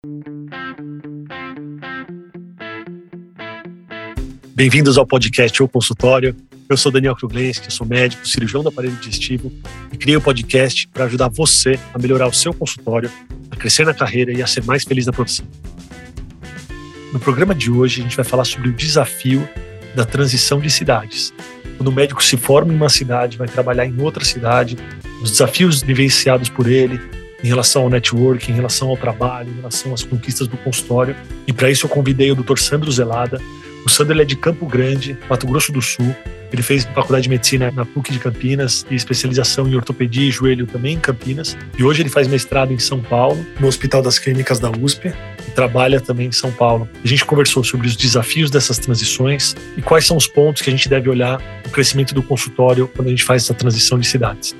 Bem-vindos ao podcast O Consultório. Eu sou Daniel Kruglenski, eu sou médico, cirurgião do aparelho digestivo e criei o podcast para ajudar você a melhorar o seu consultório, a crescer na carreira e a ser mais feliz na profissão. No programa de hoje, a gente vai falar sobre o desafio da transição de cidades. Quando o médico se forma em uma cidade, vai trabalhar em outra cidade, os desafios vivenciados por ele, em relação ao network, em relação ao trabalho, em relação às conquistas do consultório. E para isso eu convidei o Dr. Sandro Zelada. O Sandro ele é de Campo Grande, Mato Grosso do Sul. Ele fez faculdade de medicina na PUC de Campinas e especialização em ortopedia e joelho também em Campinas. E hoje ele faz mestrado em São Paulo, no Hospital das Clínicas da USP, e trabalha também em São Paulo. A gente conversou sobre os desafios dessas transições e quais são os pontos que a gente deve olhar no crescimento do consultório quando a gente faz essa transição de cidades.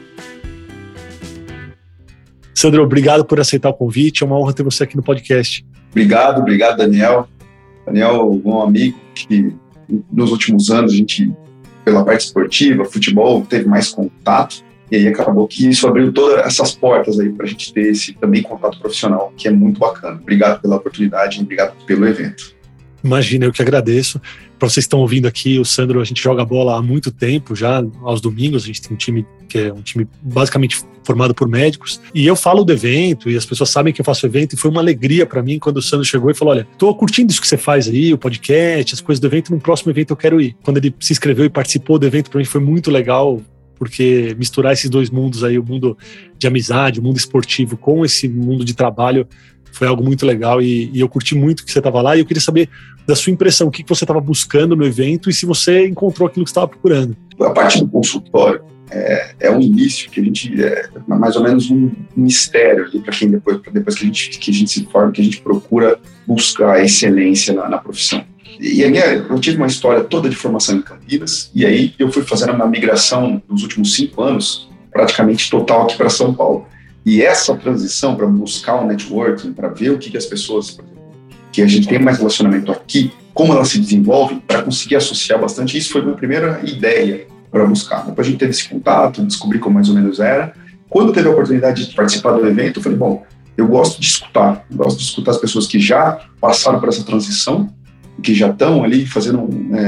Sandro, obrigado por aceitar o convite. É uma honra ter você aqui no podcast. Obrigado, Daniel. Daniel, um amigo que nos últimos anos a gente, pela parte esportiva, futebol, teve mais contato, e aí acabou que isso abriu todas essas portas aí para a gente ter esse também contato profissional, que é muito bacana. Obrigado pela oportunidade e obrigado pelo evento. Imagina, eu que agradeço. Para vocês que estão ouvindo aqui, o Sandro, a gente joga bola há muito tempo já, aos domingos. A gente tem um time que é um time basicamente formado por médicos. E eu falo do evento e as pessoas sabem que eu faço evento. E foi uma alegria para mim quando o Sandro chegou e falou: olha, tô curtindo isso que você faz aí, o podcast, as coisas do evento. No próximo evento eu quero ir. Quando ele se inscreveu e participou do evento, para mim foi muito legal, porque misturar esses dois mundos aí, o mundo de amizade, o mundo esportivo com esse mundo de trabalho, foi algo muito legal e eu curti muito que você estava lá e eu queria saber da sua impressão, o que você estava buscando no evento e se você encontrou aquilo que você estava procurando. A parte do consultório é um início que a gente, é mais ou menos um mistério ali para quem depois que a gente se forma, que a gente procura buscar a excelência na profissão. E aí eu tive uma história toda de formação em Campinas e aí eu fui fazendo uma migração nos últimos 5 anos, praticamente total aqui para São Paulo. E essa transição para buscar o networking, para ver o que as pessoas, por exemplo, que a gente tem mais relacionamento aqui, como elas se desenvolvem, para conseguir associar bastante. Isso foi a minha primeira ideia para buscar. Depois a gente teve esse contato, descobri como mais ou menos era. Quando teve a oportunidade de participar do evento, eu falei, bom, eu gosto de escutar as pessoas que já passaram por essa transição, que já estão ali fazendo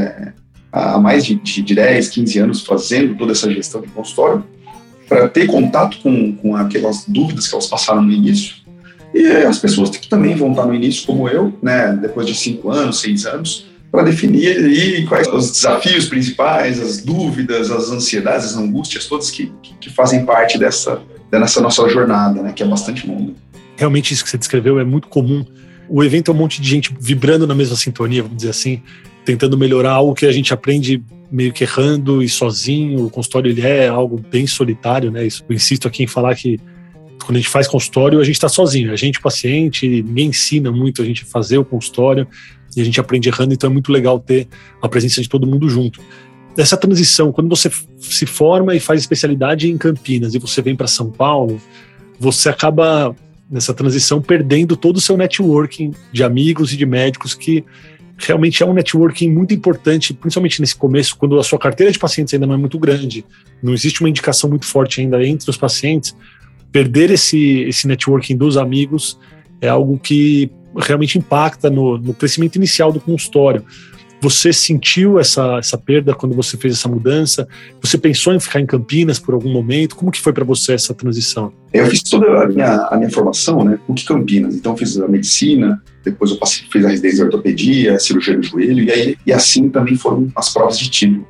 há mais de 10, 15 anos fazendo toda essa gestão de consultório, para ter contato com aquelas dúvidas que elas passaram no início, e as pessoas que também vão estar no início, como eu, né, depois de 5 anos, 6 anos, para definir aí quais os desafios principais, as dúvidas, as ansiedades, as angústias, todas que fazem parte dessa nossa jornada, né, que é bastante longa. Realmente isso que você descreveu é muito comum. O evento é um monte de gente vibrando na mesma sintonia, vamos dizer assim, tentando melhorar algo que a gente aprende meio que errando e sozinho. O consultório ele é algo bem solitário, né? Isso, eu insisto aqui em falar que quando a gente faz consultório, a gente está sozinho. A gente, paciente, ninguém ensina muito a gente a fazer o consultório e a gente aprende errando, então é muito legal ter a presença de todo mundo junto. Essa transição, quando você se forma e faz especialidade em Campinas e você vem para São Paulo, você acaba, nessa transição, perdendo todo o seu networking de amigos e de médicos, que realmente é um networking muito importante, principalmente nesse começo, quando a sua carteira de pacientes ainda não é muito grande, não existe uma indicação muito forte ainda entre os pacientes. Perder esse networking dos amigos é algo que realmente impacta no crescimento inicial do consultório. Você sentiu essa perda quando você fez essa mudança? Você pensou em ficar em Campinas por algum momento? Como que foi para você essa transição? Eu fiz toda a minha formação, né, PUC Campinas. Então, fiz a medicina, depois eu fiz a residência de ortopedia, cirurgia do joelho, e assim também foram as provas de título.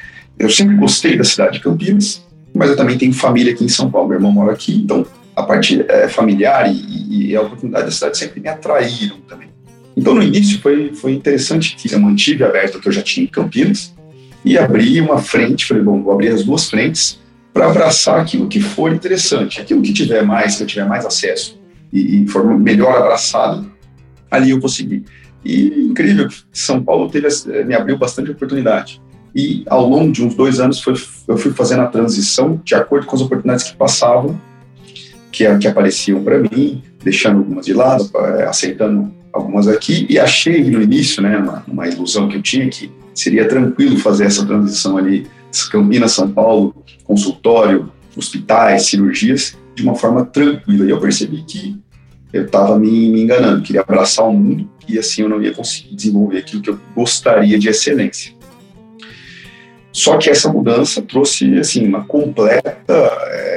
Eu sempre gostei da cidade de Campinas, mas eu também tenho família aqui em São Paulo. Meu irmão mora aqui, então a parte familiar e a oportunidade da cidade sempre me atraíram também. Então, no início, foi interessante que eu mantive aberto o que eu já tinha em Campinas e abri uma frente, falei, bom, vou abrir as 2 frentes para abraçar aquilo que for interessante, aquilo que tiver mais, que eu tiver mais acesso e for melhor abraçado, ali eu consegui. E incrível que São Paulo me abriu bastante oportunidade. E ao longo de uns 2 anos eu fui fazendo a transição de acordo com as oportunidades que passavam, que apareciam para mim, deixando algumas de lado, aceitando algumas aqui, e achei no início, né, uma ilusão que eu tinha, que seria tranquilo fazer essa transição ali, Campinas, São Paulo, consultório, hospitais, cirurgias, de uma forma tranquila. E eu percebi que eu estava me enganando, queria abraçar o mundo e assim eu não ia conseguir desenvolver aquilo que eu gostaria de excelência. Só que essa mudança trouxe assim, uma completa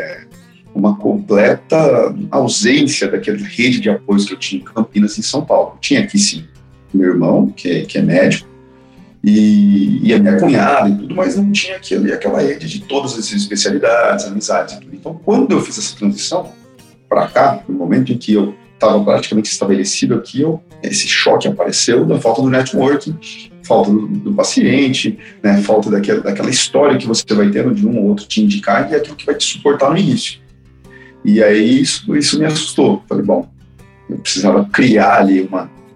ausência daquela rede de apoios que eu tinha em Campinas e em São Paulo. Eu tinha aqui sim meu irmão, que é médico, e a minha cunhada e tudo, mas não tinha aquela rede de todas as especialidades, amizades e tudo. Então, quando eu fiz essa transição para cá, no momento em que eu estava praticamente estabelecido aqui, esse choque apareceu da falta do networking, falta do paciente, né, falta daquela história que você vai tendo de um ou outro te indicar e é aquilo que vai te suportar no início. E aí isso me assustou. Falei, bom, eu precisava criar ali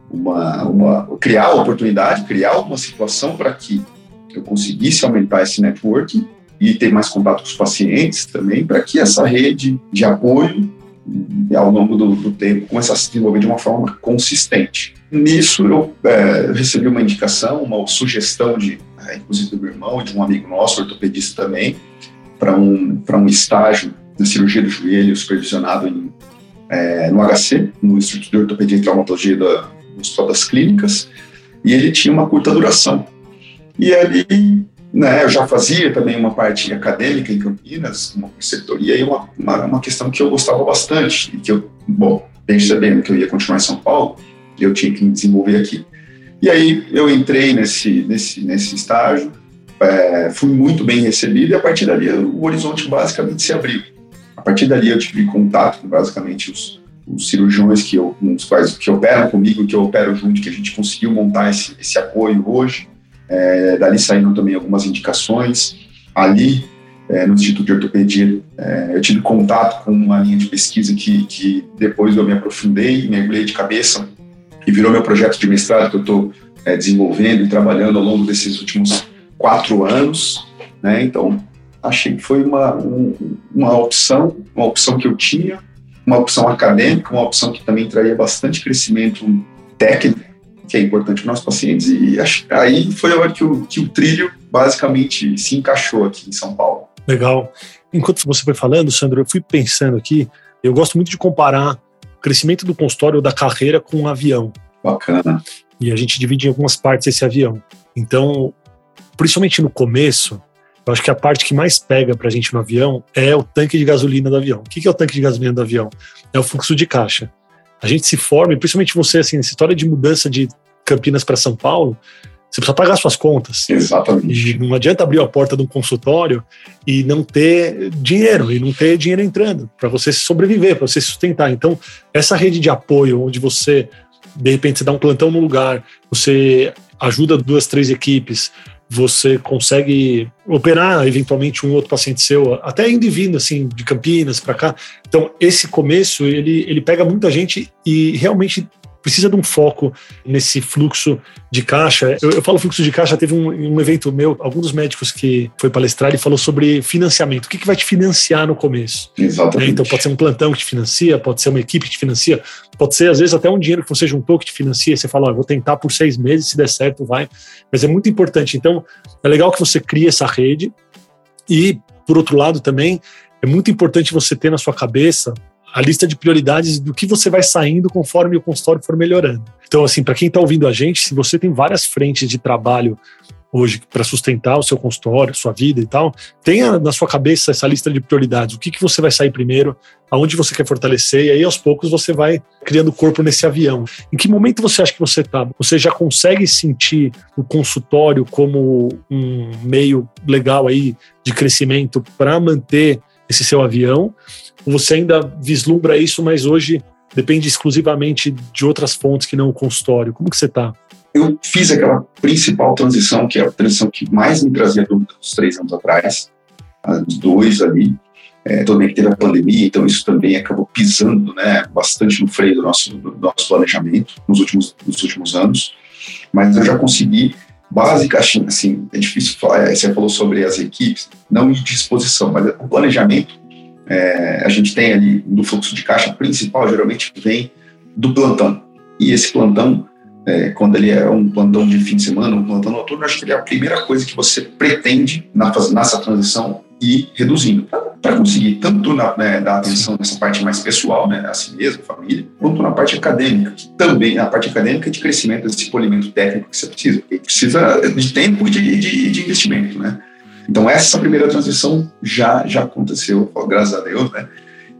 criar uma oportunidade, criar uma situação para que eu conseguisse aumentar esse networking e ter mais contato com os pacientes também, para que essa rede de apoio ao longo do tempo começasse a se desenvolver de uma forma consistente. Nisso eu recebi uma indicação, uma sugestão inclusive do meu irmão, de um amigo nosso, ortopedista também, para um estágio na cirurgia do joelho supervisionado no HC, no Instituto de Ortopedia e Traumatologia do Hospital das Clínicas, e ele tinha uma curta duração. E ali, né, eu já fazia também uma parte acadêmica em Campinas, uma preceptoria, e uma questão que eu gostava bastante, e que eu, percebendo que eu ia continuar em São Paulo, eu tinha que me desenvolver aqui. E aí eu entrei nesse estágio, fui muito bem recebido, e a partir dali o horizonte basicamente se abriu. A partir dali eu tive contato com basicamente os cirurgiões que operam comigo, que eu opero junto, que a gente conseguiu montar esse apoio hoje. Dali saíram também algumas indicações. Ali, no Instituto de Ortopedia, eu tive contato com uma linha de pesquisa que depois eu me aprofundei, mergulhei de cabeça e virou meu projeto de mestrado que eu estou desenvolvendo e trabalhando ao longo desses últimos 4 anos. Né? Então, achei que foi uma opção que eu tinha, uma opção acadêmica, uma opção que também traria bastante crescimento técnico, que é importante para os nossos pacientes, e aí foi a hora que o trilho basicamente se encaixou aqui em São Paulo. Legal. Enquanto você foi falando, Sandro, eu fui pensando aqui, eu gosto muito de comparar o crescimento do consultório ou da carreira com um avião. Bacana. E a gente divide em algumas partes esse avião. Então, principalmente no começo, eu acho que a parte que mais pega pra gente no avião é o tanque de gasolina do avião. O que é o tanque de gasolina do avião? É o fluxo de caixa. A gente se forma, e principalmente você, assim, nessa história de mudança de Campinas para São Paulo, você precisa pagar suas contas. Exatamente. E não adianta abrir a porta de um consultório e não ter dinheiro entrando para você sobreviver, para você se sustentar. Então, essa rede de apoio, onde você, de repente, você dá um plantão no lugar, você ajuda 2, 3 equipes, você consegue operar eventualmente um outro paciente seu, até indo e vindo assim, de Campinas para cá. Então, esse começo, ele pega muita gente e realmente precisa de um foco nesse fluxo de caixa. Eu falo fluxo de caixa, teve um evento meu, algum dos médicos que foi palestrar e falou sobre financiamento. O que vai te financiar no começo? Exatamente. Então pode ser um plantão que te financia, pode ser uma equipe que te financia, pode ser às vezes até um dinheiro que você juntou que te financia e você fala, vou tentar por 6 meses, se der certo vai. Mas é muito importante. Então é legal que você crie essa rede e, por outro lado também, é muito importante você ter na sua cabeça a lista de prioridades do que você vai saindo conforme o consultório for melhorando. Então, assim, para quem está ouvindo a gente, se você tem várias frentes de trabalho hoje para sustentar o seu consultório, sua vida e tal, tenha na sua cabeça essa lista de prioridades. O que você vai sair primeiro, aonde você quer fortalecer, e aí aos poucos você vai criando corpo nesse avião. Em que momento você acha que você está? Você já consegue sentir o consultório como um meio legal aí de crescimento para manter esse seu avião? Ou você ainda vislumbra isso, mas hoje depende exclusivamente de outras fontes que não o consultório? Como que você está? Eu fiz aquela principal transição, que é a transição que mais me trazia dúvida uns 3 anos atrás, os 2 ali. Tudo bem que teve a pandemia, então isso também acabou pisando, né, bastante no freio do nosso planejamento nos últimos anos. Mas eu já consegui, basicamente, assim, é difícil falar, você falou sobre as equipes, não de disposição, mas o planejamento. A gente tem ali do fluxo de caixa principal, geralmente vem do plantão. E esse plantão, quando ele é um plantão de fim de semana, um plantão noturno, acho que ele é a primeira coisa que você pretende nessa transição ir reduzindo, para conseguir tanto dar atenção nessa parte mais pessoal, né, a si mesmo, família, quanto na parte acadêmica, que também, a parte acadêmica de crescimento desse polimento técnico que você precisa, porque precisa de tempo e de investimento, né. Então essa primeira transição já aconteceu, graças a Deus, né,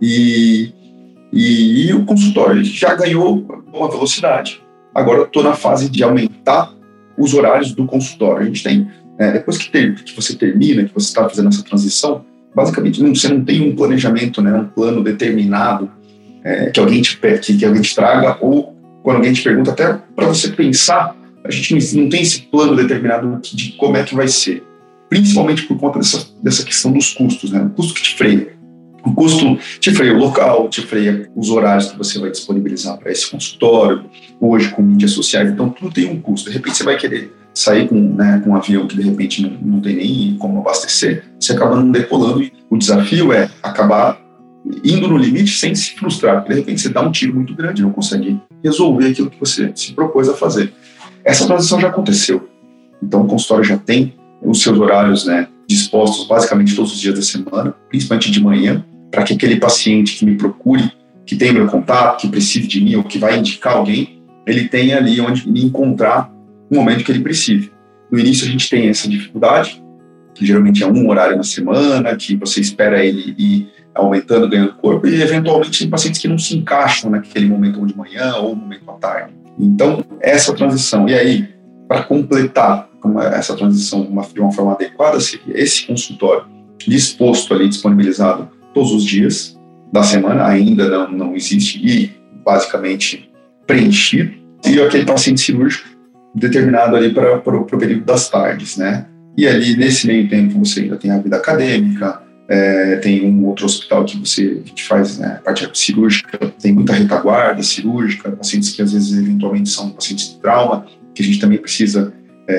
e o consultório já ganhou uma velocidade. Agora eu estou na fase de aumentar os horários do consultório. A gente tem, depois que você termina, que você está fazendo essa transição, basicamente você não tem um planejamento, né, um plano determinado que alguém te traga, ou quando alguém te pergunta, até para você pensar, a gente não tem esse plano determinado de como é que vai ser, principalmente por conta dessa questão dos custos, né, o custo que te freia. O custo te freia o local, te freia os horários que você vai disponibilizar para esse consultório, hoje com mídias sociais, então tudo tem um custo. De repente você vai querer sair com um avião que de repente não tem nem como abastecer, você acaba não decolando, e o desafio é acabar indo no limite sem se frustrar, porque de repente você dá um tiro muito grande e não consegue resolver aquilo que você se propôs a fazer. Essa transição já aconteceu, então o consultório já tem os seus horários, né, dispostos basicamente todos os dias da semana, principalmente de manhã, para que aquele paciente que me procure, que tem meu contato, que precise de mim ou que vai indicar alguém, ele tenha ali onde me encontrar no momento que ele precise. No início a gente tem essa dificuldade, que geralmente é um horário na semana, que você espera ele ir aumentando, ganhando corpo, e eventualmente tem pacientes que não se encaixam naquele momento ou de manhã ou no momento à tarde. Então, essa transição. E aí, para completar essa transição de uma forma adequada, seria esse consultório disposto ali, disponibilizado todos os dias da semana, ainda não existe, e basicamente preenchido, e aquele paciente cirúrgico determinado ali para o período das tardes, né? E ali, nesse meio tempo, você ainda tem a vida acadêmica, tem um outro hospital que a gente faz, né, a parte cirúrgica, tem muita retaguarda cirúrgica, pacientes que às vezes eventualmente são pacientes de trauma, que a gente também precisa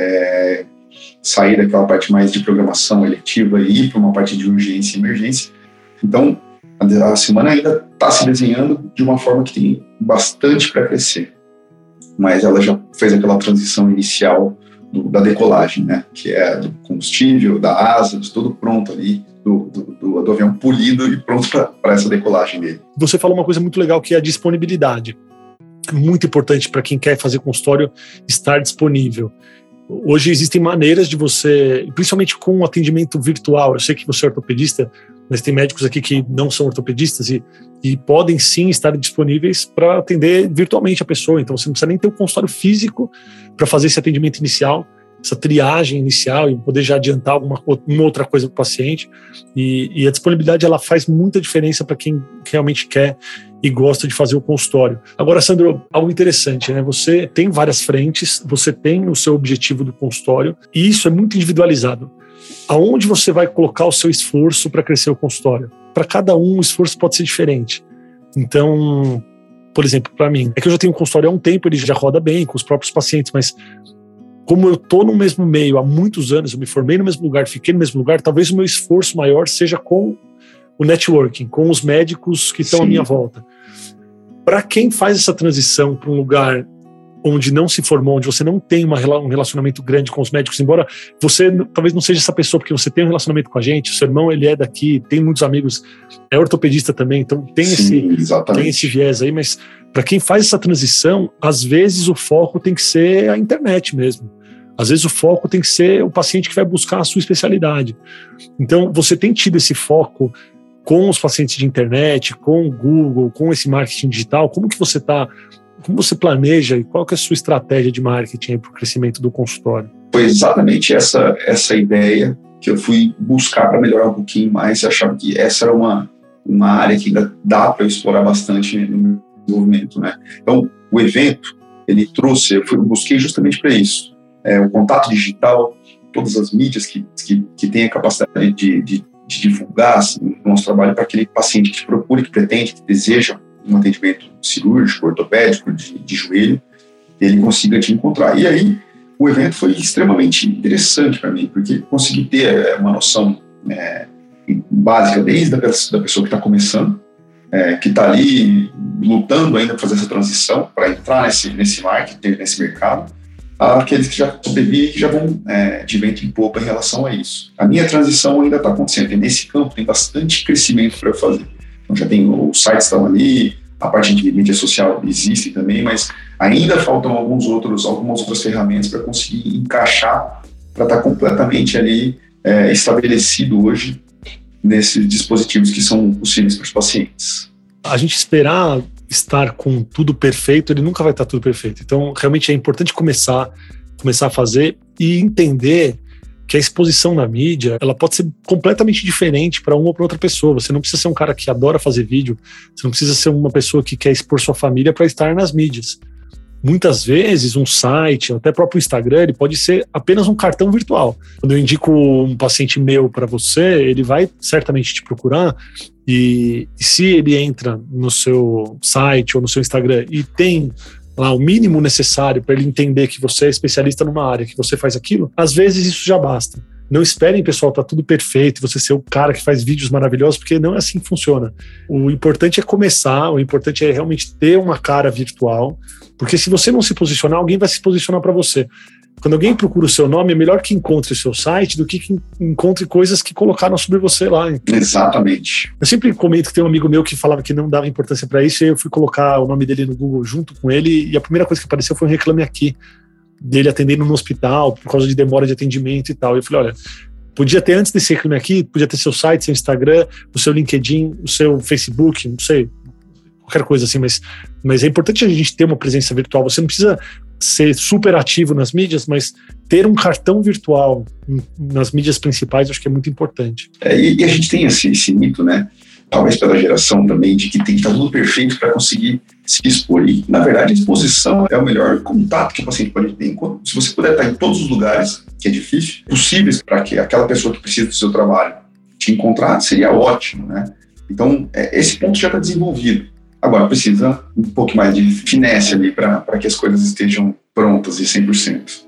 sair daquela parte mais de programação eletiva e ir para uma parte de urgência e emergência. Então, a semana ainda está se desenhando de uma forma que tem bastante para crescer, mas ela já fez aquela transição inicial da decolagem, né? Que é do combustível, da asa, de tudo pronto ali, do avião polido e pronto para essa decolagem dele. Você falou uma coisa muito legal, que é a disponibilidade. Muito importante para quem quer fazer consultório estar disponível. Hoje existem maneiras de você, principalmente com atendimento virtual, eu sei que você é ortopedista, mas tem médicos aqui que não são ortopedistas e podem sim estar disponíveis para atender virtualmente a pessoa. Então você não precisa nem ter um consultório físico para fazer esse atendimento inicial, essa triagem inicial, e poder já adiantar uma outra coisa para o paciente. E a disponibilidade, ela faz muita diferença para quem realmente quer e gosta de fazer o consultório. Agora, Sandro, algo interessante, né? Você tem várias frentes, você tem o seu objetivo do consultório, e isso é muito individualizado. Aonde você vai colocar o seu esforço para crescer o consultório? Para cada um, o esforço pode ser diferente. Então, por exemplo, para mim, é que eu já tenho um consultório há um tempo, ele já roda bem com os próprios pacientes, mas como eu estou no mesmo meio há muitos anos, eu me formei no mesmo lugar, fiquei no mesmo lugar, talvez o meu esforço maior seja com o networking, com os médicos que estão à minha volta. Para quem faz essa transição para um lugar onde não se formou, onde você não tem um relacionamento grande com os médicos, embora você talvez não seja essa pessoa, porque você tem um relacionamento com a gente, o seu irmão, ele é daqui, tem muitos amigos, é ortopedista também, então tem esse viés aí, mas para quem faz essa transição, às vezes o foco tem que ser a internet mesmo. Às vezes o foco tem que ser o paciente que vai buscar a sua especialidade. Então, você tem tido esse foco com os pacientes de internet, com o Google, com esse marketing digital? Como você planeja e qual que é a sua estratégia de marketing para o crescimento do consultório? Foi exatamente essa ideia que eu fui buscar para melhorar um pouquinho mais. Eu achava que essa era uma área que ainda dá para eu explorar bastante no meu desenvolvimento, né? Então, o evento, ele trouxe, eu busquei justamente para isso. O contato digital, todas as mídias que têm a capacidade de divulgar assim, o nosso trabalho para aquele paciente que te procura, que pretende, que deseja um atendimento cirúrgico, ortopédico, de joelho, ele consiga te encontrar. E aí, o evento foi extremamente interessante para mim, porque consegui ter uma noção básica desde a pessoa que está começando, que está ali lutando ainda para fazer essa transição, para entrar nesse marketing, nesse mercado, àqueles que já sobrevivem e que já vão de vento em popa em relação a isso. A minha transição ainda está acontecendo, e nesse campo tem bastante crescimento para eu fazer. Então já tem, os sites estão ali, a parte de mídia social existe também, mas ainda faltam algumas outras ferramentas para conseguir encaixar, para estar completamente ali estabelecido hoje nesses dispositivos que são possíveis para os pacientes. A gente esperar estar com tudo perfeito, ele nunca vai estar tudo perfeito. Então, realmente é importante começar a fazer e entender que a exposição na mídia, ela pode ser completamente diferente para uma ou para outra pessoa. Você não precisa ser um cara que adora fazer vídeo, você não precisa ser uma pessoa que quer expor sua família para estar nas mídias. Muitas vezes um site, até próprio Instagram, ele pode ser apenas um cartão virtual. Quando eu indico um paciente meu para você, ele vai certamente te procurar e se ele entra no seu site ou no seu Instagram e tem lá o mínimo necessário para ele entender que você é especialista numa área, que você faz aquilo, às vezes isso já basta. Não esperem, pessoal, tá tudo perfeito, você ser o cara que faz vídeos maravilhosos, porque não é assim que funciona. O importante é começar, o importante é realmente ter uma cara virtual, porque se você não se posicionar, alguém vai se posicionar para você. Quando alguém procura o seu nome, é melhor que encontre o seu site do que encontre coisas que colocaram sobre você lá. Exatamente. Eu sempre comento que tem um amigo meu que falava que não dava importância para isso, e eu fui colocar o nome dele no Google junto com ele, e a primeira coisa que apareceu foi um Reclame Aqui, dele atendendo no hospital, por causa de demora de atendimento e tal. E eu falei, olha, podia ter antes desse Reclame Aqui, podia ter seu site, seu Instagram, o seu LinkedIn, o seu Facebook, não sei, qualquer coisa assim, mas é importante a gente ter uma presença virtual. Você não precisa ser super ativo nas mídias, mas ter um cartão virtual nas mídias principais, eu acho que é muito importante. E a gente tem esse mito, né? Talvez pela geração também, de que tem que estar tudo perfeito para conseguir se expor. E, na verdade, a exposição é o melhor contato que o paciente pode ter. Se você puder estar em todos os lugares, que é difícil, possíveis para que aquela pessoa que precisa do seu trabalho te encontrar, seria ótimo, né? Então, esse ponto já está desenvolvido. Agora, precisa um pouco mais de finesse ali para que as coisas estejam prontas e 100%.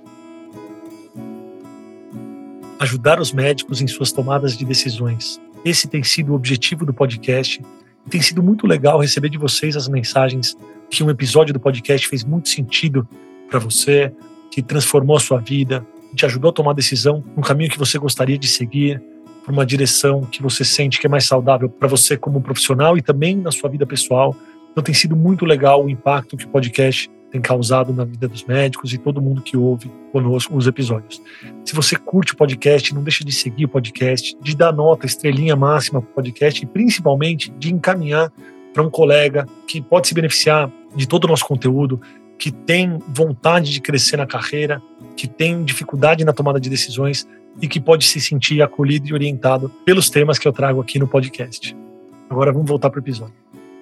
Ajudar os médicos em suas tomadas de decisões. Esse tem sido o objetivo do podcast. E tem sido muito legal receber de vocês as mensagens que um episódio do podcast fez muito sentido para você, que transformou a sua vida, te ajudou a tomar decisão no caminho que você gostaria de seguir, por uma direção que você sente que é mais saudável para você como profissional e também na sua vida pessoal. Então tem sido muito legal o impacto que o podcast tem causado na vida dos médicos e todo mundo que ouve conosco os episódios. Se você curte o podcast, não deixa de seguir o podcast, de dar nota, estrelinha máxima para o podcast e principalmente de encaminhar para um colega que pode se beneficiar de todo o nosso conteúdo, que tem vontade de crescer na carreira, que tem dificuldade na tomada de decisões e que pode se sentir acolhido e orientado pelos temas que eu trago aqui no podcast. Agora vamos voltar para o episódio.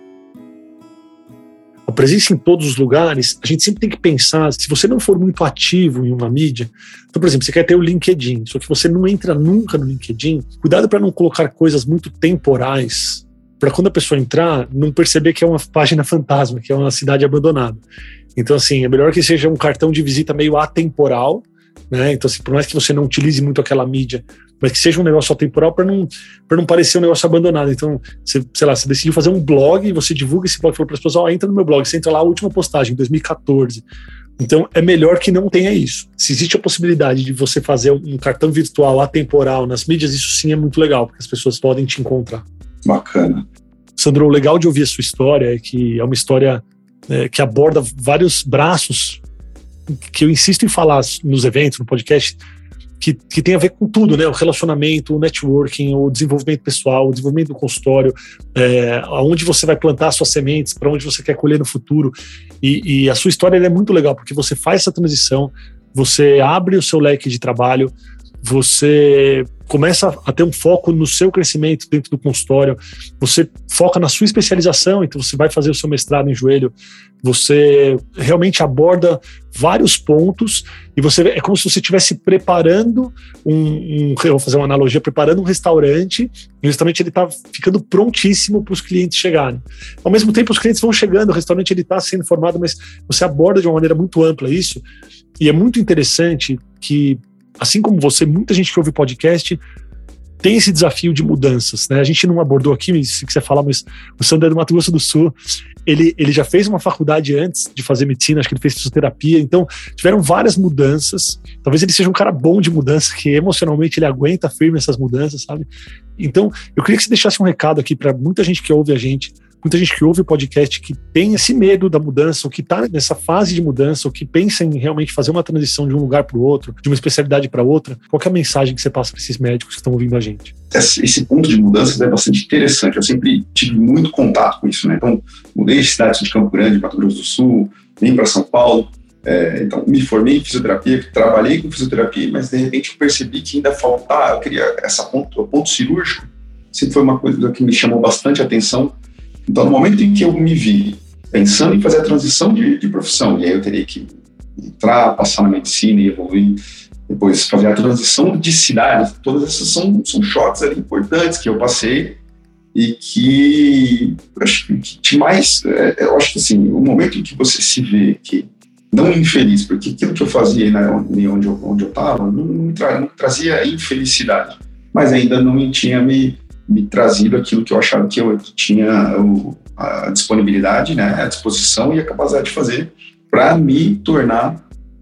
A presença em todos os lugares, a gente sempre tem que pensar, se você não for muito ativo em uma mídia, então, por exemplo, você quer ter o LinkedIn, só que você não entra nunca no LinkedIn, cuidado para não colocar coisas muito temporais, para quando a pessoa entrar, não perceber que é uma página fantasma, que é uma cidade abandonada. Então, assim, é melhor que seja um cartão de visita meio atemporal, né? Então, assim, por mais que você não utilize muito aquela mídia, mas que seja um negócio atemporal para não parecer um negócio abandonado. Então, você decidiu fazer um blog e você divulga esse blog, falou para as pessoas, entra no meu blog, você entra lá, a última postagem, 2014. Então, é melhor que não tenha isso. Se existe a possibilidade de você fazer um cartão virtual atemporal nas mídias, isso sim é muito legal, porque as pessoas podem te encontrar. Bacana. Sandro, o legal de ouvir a sua história é que é uma história que aborda vários braços que eu insisto em falar nos eventos, no podcast, que tem a ver com tudo, né? O relacionamento, o networking, o desenvolvimento pessoal, o desenvolvimento do consultório, aonde você vai plantar suas sementes, para onde você quer colher no futuro. E a sua história é muito legal, porque você faz essa transição, você abre o seu leque de trabalho, você começa a ter um foco no seu crescimento dentro do consultório, você foca na sua especialização, então você vai fazer o seu mestrado em joelho, você realmente aborda vários pontos e é como se você estivesse preparando eu vou fazer uma analogia, preparando um restaurante, e o restaurante ele está ficando prontíssimo para os clientes chegarem. Ao mesmo tempo os clientes vão chegando, o restaurante ele está sendo formado, mas você aborda de uma maneira muito ampla isso, e é muito interessante que assim como você, muita gente que ouve podcast tem esse desafio de mudanças, né? A gente não abordou aqui, se quiser falar, mas o Sandro é do Mato Grosso do Sul, ele já fez uma faculdade antes de fazer medicina, acho que ele fez fisioterapia, então tiveram várias mudanças. Talvez ele seja um cara bom de mudança, que emocionalmente ele aguenta firme essas mudanças, sabe? Então, eu queria que você deixasse um recado aqui para muita gente que ouve a gente, muita gente que ouve o podcast, que tem esse medo da mudança, ou que está nessa fase de mudança, ou que pensa em realmente fazer uma transição de um lugar para o outro, de uma especialidade para outra. Qual que é a mensagem que você passa para esses médicos que estão ouvindo a gente? Esse ponto de mudanças é bastante interessante. Eu sempre tive muito contato com isso, né? Então, mudei de cidade de Campo Grande, Mato Grosso do Sul, vim para São Paulo. Então, me formei em fisioterapia, trabalhei com fisioterapia, mas de repente eu percebi que ainda faltava, eu queria o ponto cirúrgico, sempre foi uma coisa que me chamou bastante atenção. Então, no momento em que eu me vi pensando em fazer a transição de profissão, e aí eu teria que entrar, passar na medicina e evoluir, depois fazer a transição de cidade, todas essas são choques ali importantes que eu passei e que eu acho que mais, eu acho que assim, o momento em que você se vê que não infeliz, porque aquilo que eu fazia onde eu estava não trazia infelicidade, mas ainda não tinha me trazido aquilo que eu achava que eu tinha a disponibilidade, né, a disposição e a capacidade de fazer para me tornar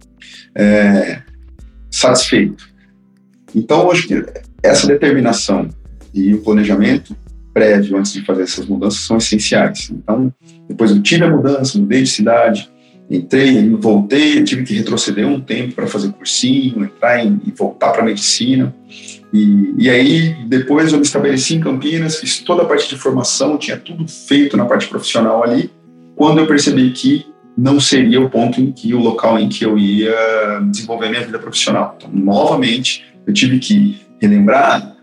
satisfeito. Então, eu acho que essa determinação e o planejamento prévio antes de fazer essas mudanças são essenciais. Então, depois eu tive a mudança, mudei de cidade, entrei, voltei, eu tive que retroceder um tempo para fazer cursinho, entrar e voltar para a medicina. E aí, depois eu me estabeleci em Campinas, fiz toda a parte de formação, tinha tudo feito na parte profissional ali, quando eu percebi que não seria o local em que eu ia desenvolver minha vida profissional. Então, novamente, eu tive que relembrar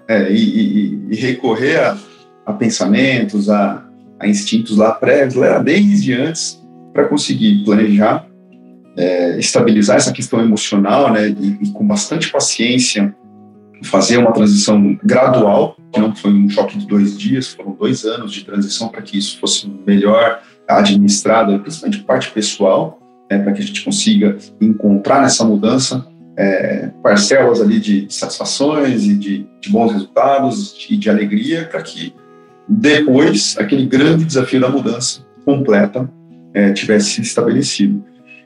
e recorrer a pensamentos, a instintos lá prévios, lá desde antes, para conseguir planejar, estabilizar essa questão emocional, né, e com bastante paciência, fazer uma transição gradual, que não foi um choque de 2 dias, foram 2 anos de transição para que isso fosse melhor administrado, principalmente parte pessoal, para que a gente consiga encontrar nessa mudança parcelas ali de satisfações e de bons resultados e de alegria, para que depois aquele grande desafio da mudança completa tivesse estabelecido.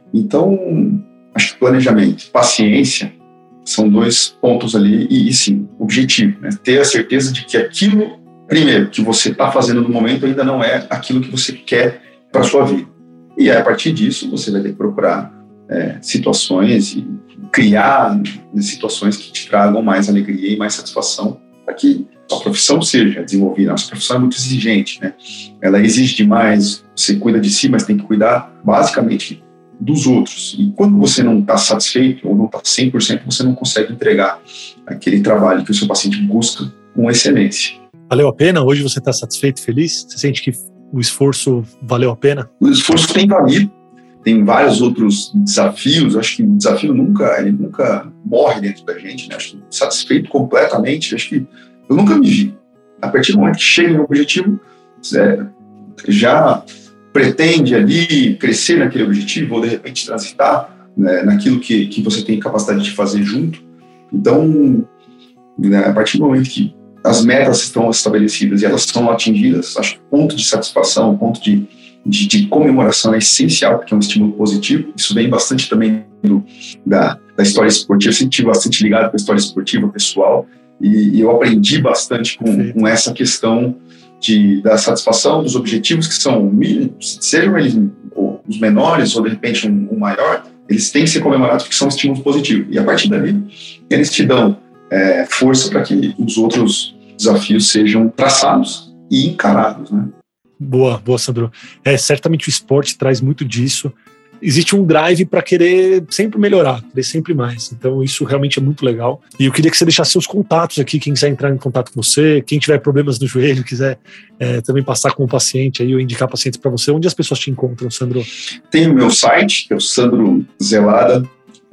Então, acho que planejamento, paciência, são 2 pontos ali, e sim, objetivo, né? Ter a certeza de que aquilo, primeiro, que você está fazendo no momento ainda não é aquilo que você quer para a sua vida. E a partir disso, você vai ter que procurar situações e criar situações que te tragam mais alegria e mais satisfação para que a profissão seja desenvolvida. Nossa profissão é muito exigente, né? Ela exige demais, você cuida de si, mas tem que cuidar basicamente dos outros. E quando você não está satisfeito ou não está 100%, você não consegue entregar aquele trabalho que o seu paciente busca com excelência. Valeu a pena? Hoje você está satisfeito e feliz? Você sente que o esforço valeu a pena? O esforço tem valido. Tem vários outros desafios. Acho que o desafio nunca morre dentro da gente, né? Acho que satisfeito completamente. Acho que eu nunca me vi. A partir do momento que chega no objetivo, já pretende ali crescer naquele objetivo ou de repente transitar, né, naquilo que você tem capacidade de fazer junto. Então, né, a partir do momento que as metas estão estabelecidas e elas são atingidas, acho que o ponto de satisfação, o ponto de comemoração é essencial, porque é um estímulo positivo. Isso vem bastante também da história esportiva. Eu sempre estive bastante ligado com a história esportiva pessoal e eu aprendi bastante com essa questão da satisfação dos objetivos, que são, sejam eles os menores ou de repente um maior, eles têm que ser comemorados porque são estímulos positivos. E a partir dali, eles te dão força para que os outros desafios sejam traçados e encarados, né? Boa, Sandro. Certamente o esporte traz muito disso. Existe um drive para querer sempre melhorar, querer sempre mais. Então isso realmente é muito legal. E eu queria que você deixasse seus contatos aqui, quem quiser entrar em contato com você, quem tiver problemas no joelho, quiser também passar com o paciente aí ou indicar pacientes para você. Onde as pessoas te encontram, Sandro? Tem o meu site, que é o sandrozelada.com.br,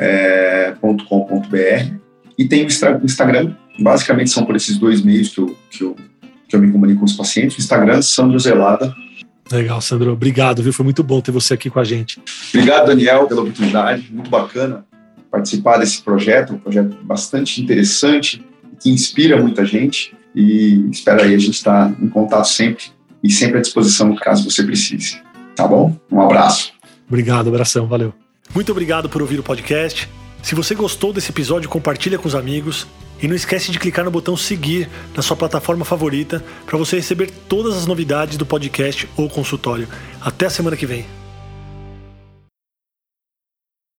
e tem o Instagram. Basicamente são por esses 2 meios que eu me comunico com os pacientes. O Instagram, Sandro Zelada. Legal, Sandro. Obrigado, viu? Foi muito bom ter você aqui com a gente. Obrigado, Daniel, pela oportunidade. Muito bacana participar desse projeto, um projeto bastante interessante que inspira muita gente. E espera aí, a gente está em contato sempre e sempre à disposição caso você precise. Tá bom? Um abraço. Obrigado, abração, valeu. Muito obrigado por ouvir o podcast. Se você gostou desse episódio, compartilha com os amigos. E não esquece de clicar no botão seguir na sua plataforma favorita para você receber todas as novidades do podcast ou consultório. Até a semana que vem.